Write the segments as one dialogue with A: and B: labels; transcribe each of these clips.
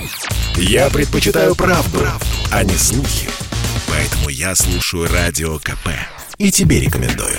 A: Я предпочитаю правду, а не слухи. Поэтому я слушаю Радио КП. И тебе рекомендую.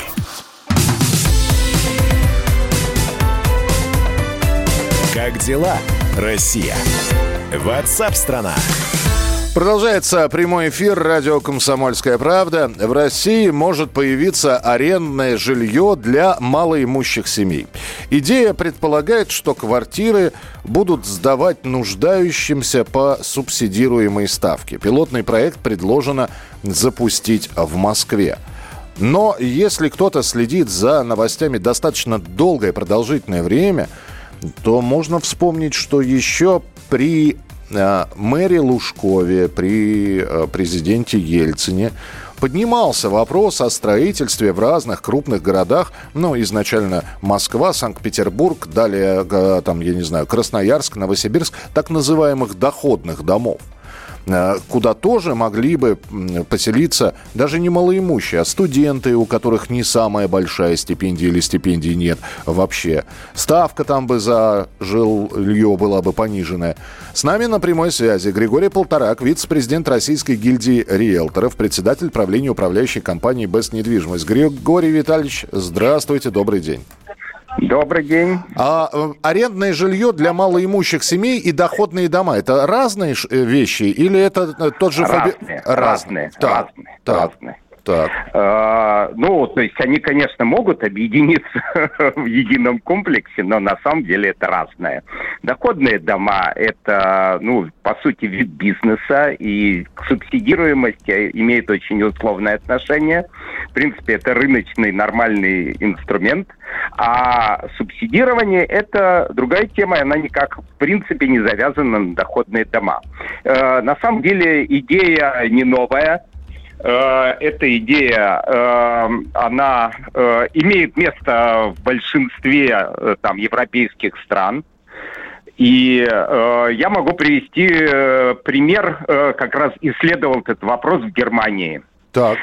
A: Как дела, Россия? WhatsApp-страна.
B: Продолжается прямой эфир радио «Комсомольская правда». В России может появиться арендное жилье для малоимущих семей. Идея предполагает, что квартиры будут сдавать нуждающимся по субсидируемой ставке. Пилотный проект предложено запустить в Москве. Но если кто-то следит за новостями достаточно долгое и продолжительное время, то можно вспомнить, что еще при мэре Лужкове, при президенте Ельцине поднимался вопрос о строительстве в разных крупных городах. Ну, изначально Москва, Санкт-Петербург, далее, там, я не знаю, Красноярск, Новосибирск, так называемых доходных домов, куда тоже могли бы поселиться даже не малоимущие, а студенты, у которых не самая большая стипендия или стипендии нет вообще. Ставка там бы за жилье была бы пониженная. С нами на прямой связи Григорий Полторак, вице-президент Российской гильдии риэлторов, председатель правления управляющей компании «Бест Недвижимость». Григорий Витальевич, здравствуйте, добрый день.
C: Добрый день.
B: Арендное жилье для малоимущих семей и доходные дома — это разные вещи или это тот же...
C: Разные.
B: Так.
C: То есть они, конечно, могут объединиться в едином комплексе, но на самом деле это разное. Доходные дома – это, по сути, вид бизнеса, и к субсидируемости имеет очень условное отношение. В принципе, это рыночный нормальный инструмент. А субсидирование – это другая тема, она никак, в принципе, не завязана на доходные дома. На самом деле идея не новая. Эта идея, она имеет место в большинстве европейских стран. И я могу привести пример, как раз исследовал этот вопрос в Германии.
B: Так.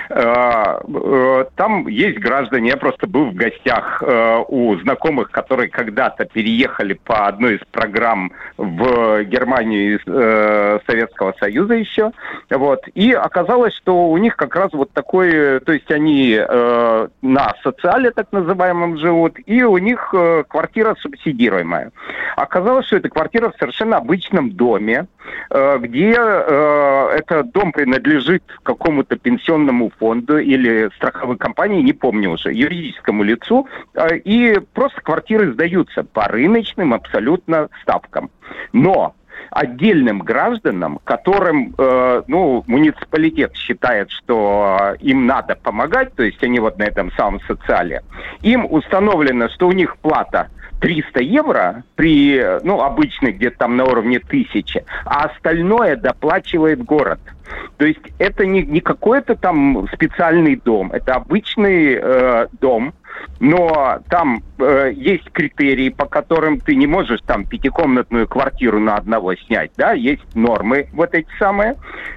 C: Там есть граждане, я просто был в гостях у знакомых, которые когда-то переехали по одной из программ в Германию из Советского Союза еще. И оказалось, что у них как раз вот такой, то есть они на социале так называемом живут, и у них квартира субсидируемая. Оказалось, что это квартира в совершенно обычном доме, где этот дом принадлежит какому-то пенсионному фонду или страховой компании, не помню уже, юридическому лицу, и просто квартиры сдаются по рыночным абсолютно ставкам. Но отдельным гражданам, которым муниципалитет считает, что им надо помогать, то есть они вот на этом самом социале, им установлено, что у них плата 300 евро при, обычной где-то там на уровне 1000, а остальное доплачивает город. То есть это не какой-то там специальный дом, это обычный дом, но там есть критерии, по которым ты не можешь там пятикомнатную квартиру на одного снять, да, есть нормы вот эти самые,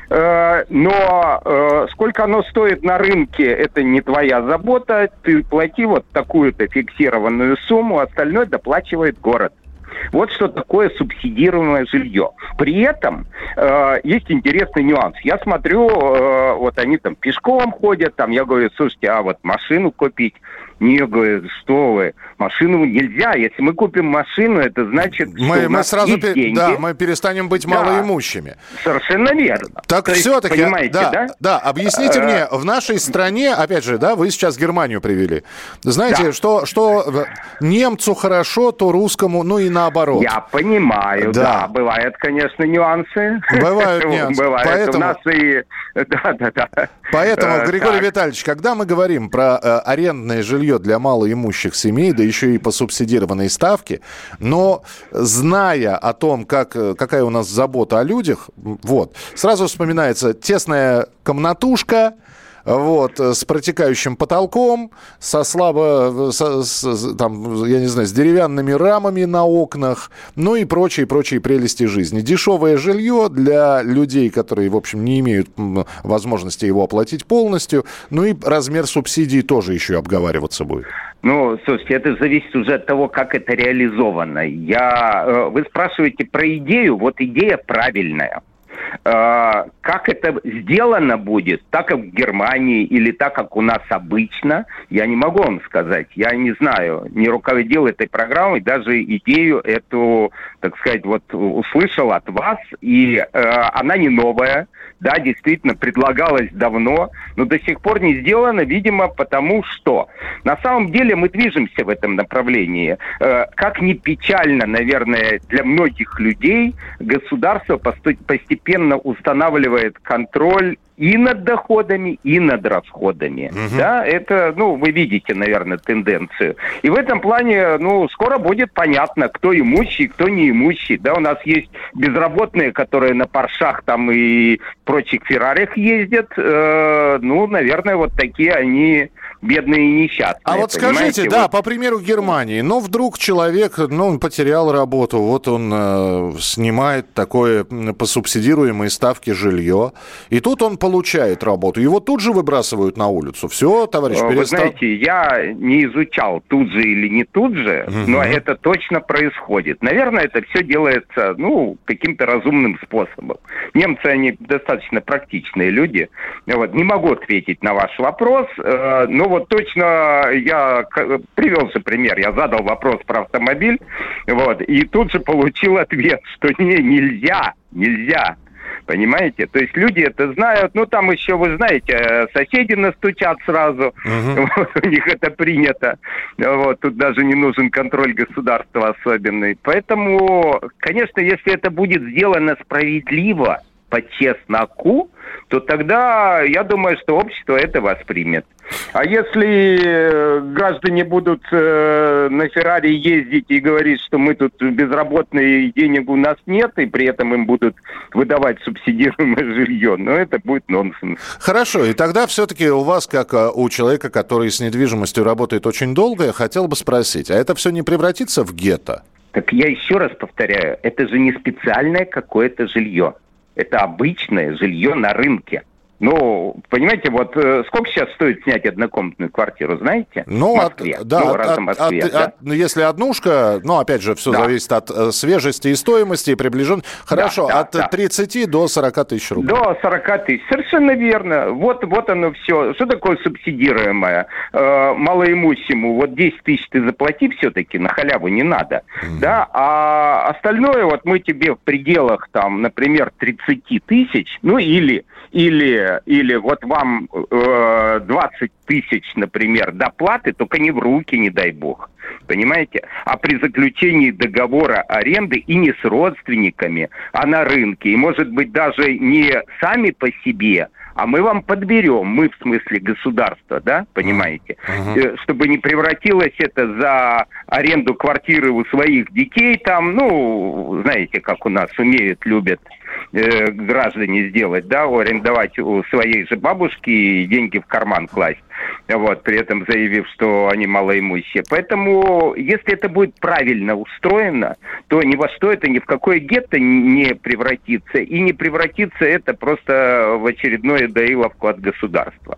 C: но сколько оно стоит на рынке, это не твоя забота, ты плати вот такую-то фиксированную сумму, остальное доплачивает город. Вот что такое субсидируемое жилье. При этом есть интересный нюанс. Я смотрю, вот они там пешком ходят, там я говорю, слушайте, а вот машину купить? Не, говорю, что вы, машину нельзя. Если мы купим машину, это значит, что у нас
B: сразу
C: есть деньги.
B: Да, мы перестанем быть малоимущими.
C: Совершенно верно.
B: Так все-таки,
C: понимаете,
B: да, объясните мне, в нашей стране, опять же, да, вы сейчас Германию привели. Знаете, что немцу хорошо, то русскому, и наоборот.
C: Я понимаю, да, бывают, конечно, нюансы.
B: Бывают нюансы.
C: Бывает.
B: Поэтому...
C: У нас и... Да.
B: Поэтому, Григорий Витальевич, когда мы говорим про арендное жилье для малоимущих семей, да еще и по субсидированной ставке, но зная о том, какая у нас забота о людях, сразу вспоминается тесная комнатушка, вот, с протекающим потолком, со слабо, там, я не знаю, с деревянными рамами на окнах, ну и прочие прелести жизни. Дешевое жилье для людей, которые, в общем, не имеют возможности его оплатить полностью, ну и размер субсидий тоже еще обговариваться будет.
C: Ну, слушайте, это зависит уже от того, как это реализовано. Вы спрашиваете про идею, вот идея правильная. Как это сделано будет, так как в Германии или так, как у нас обычно, я не могу вам сказать. Я не знаю, не руководил этой программой, даже идею эту, так сказать, вот услышал от вас, и она не новая. Да, действительно, предлагалось давно, но до сих пор не сделано, видимо, потому что на самом деле мы движемся в этом направлении. Как ни печально, наверное, для многих людей, государство постепенно устанавливает контроль и над доходами, и над расходами. Угу. Да, это, вы видите, наверное, тенденцию. И в этом плане, скоро будет понятно, кто имущий, кто не имущий. Да, у нас есть безработные, которые на Поршах там и прочих Феррарях ездят. Наверное, вот такие они бедные и несчастные.
B: А вот скажите, да, по примеру Германии, вдруг человек, он потерял работу, вот он снимает такое по субсидируемой ставке жилье, и тут он получает работу, его тут же выбрасывают на улицу. Все, товарищ, перестал.
C: Вы знаете, я не изучал, тут же или не тут же, но это точно происходит. Наверное, это все делается, каким-то разумным способом. Немцы, они достаточно практичные люди. Вот, не могу ответить на ваш вопрос, но вот точно я привел же пример. Я задал вопрос про автомобиль, и тут же получил ответ, что нельзя. Понимаете? То есть люди это знают. Там еще, вы знаете, соседи настучат сразу. У них это принято. Тут даже не нужен контроль государства особенный. Поэтому, конечно, если это будет сделано справедливо, по чесноку, то тогда, я думаю, что общество это воспримет. А если граждане будут на Феррари ездить и говорить, что мы тут безработные, и денег у нас нет, и при этом им будут выдавать субсидируемое жилье, это будет нонсенс.
B: Хорошо, и тогда все-таки у вас, как у человека, который с недвижимостью работает очень долго, я хотел бы спросить, а это все не превратится в гетто?
C: Так я еще раз повторяю, это же не специальное какое-то жилье. Это обычное жилье на рынке. Понимаете, вот сколько сейчас стоит снять однокомнатную квартиру, знаете? В Москве.
B: Если однушка, опять же, все зависит от свежести и стоимости, и приближен. Хорошо, от 30 до 40 тысяч рублей. До
C: 40 тысяч, совершенно верно. Вот оно все. Что такое субсидируемое? Малоимущему, 10 тысяч ты заплати все-таки, на халяву не надо. Да? А остальное, мы тебе в пределах, например, 30 тысяч, или вот вам 20 тысяч, например, доплаты, только не в руки, не дай бог. Понимаете? А при заключении договора аренды и не с родственниками, а на рынке. И, может быть, даже не сами по себе, а мы вам подберем, мы в смысле государства, да, понимаете? Чтобы не превратилось это за аренду квартиры у своих детей знаете, как у нас любят граждане сделать, да, арендовать у своей же бабушки и деньги в карман класть, при этом заявив, что они малоимущие. Поэтому, если это будет правильно устроено, то ни во что это, ни в какое гетто не превратится, и не превратится это просто в очередное доиловку от государства.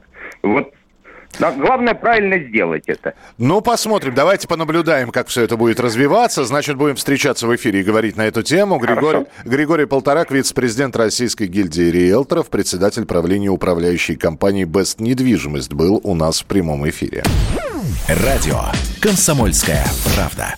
C: Но главное правильно сделать это.
B: Посмотрим. Давайте понаблюдаем, как все это будет развиваться. Значит, будем встречаться в эфире и говорить на эту тему. Григорий Полторак, вице-президент Российской гильдии риэлторов, председатель правления управляющей компании «Бест Недвижимость» был у нас в прямом эфире.
A: Радио «Комсомольская правда».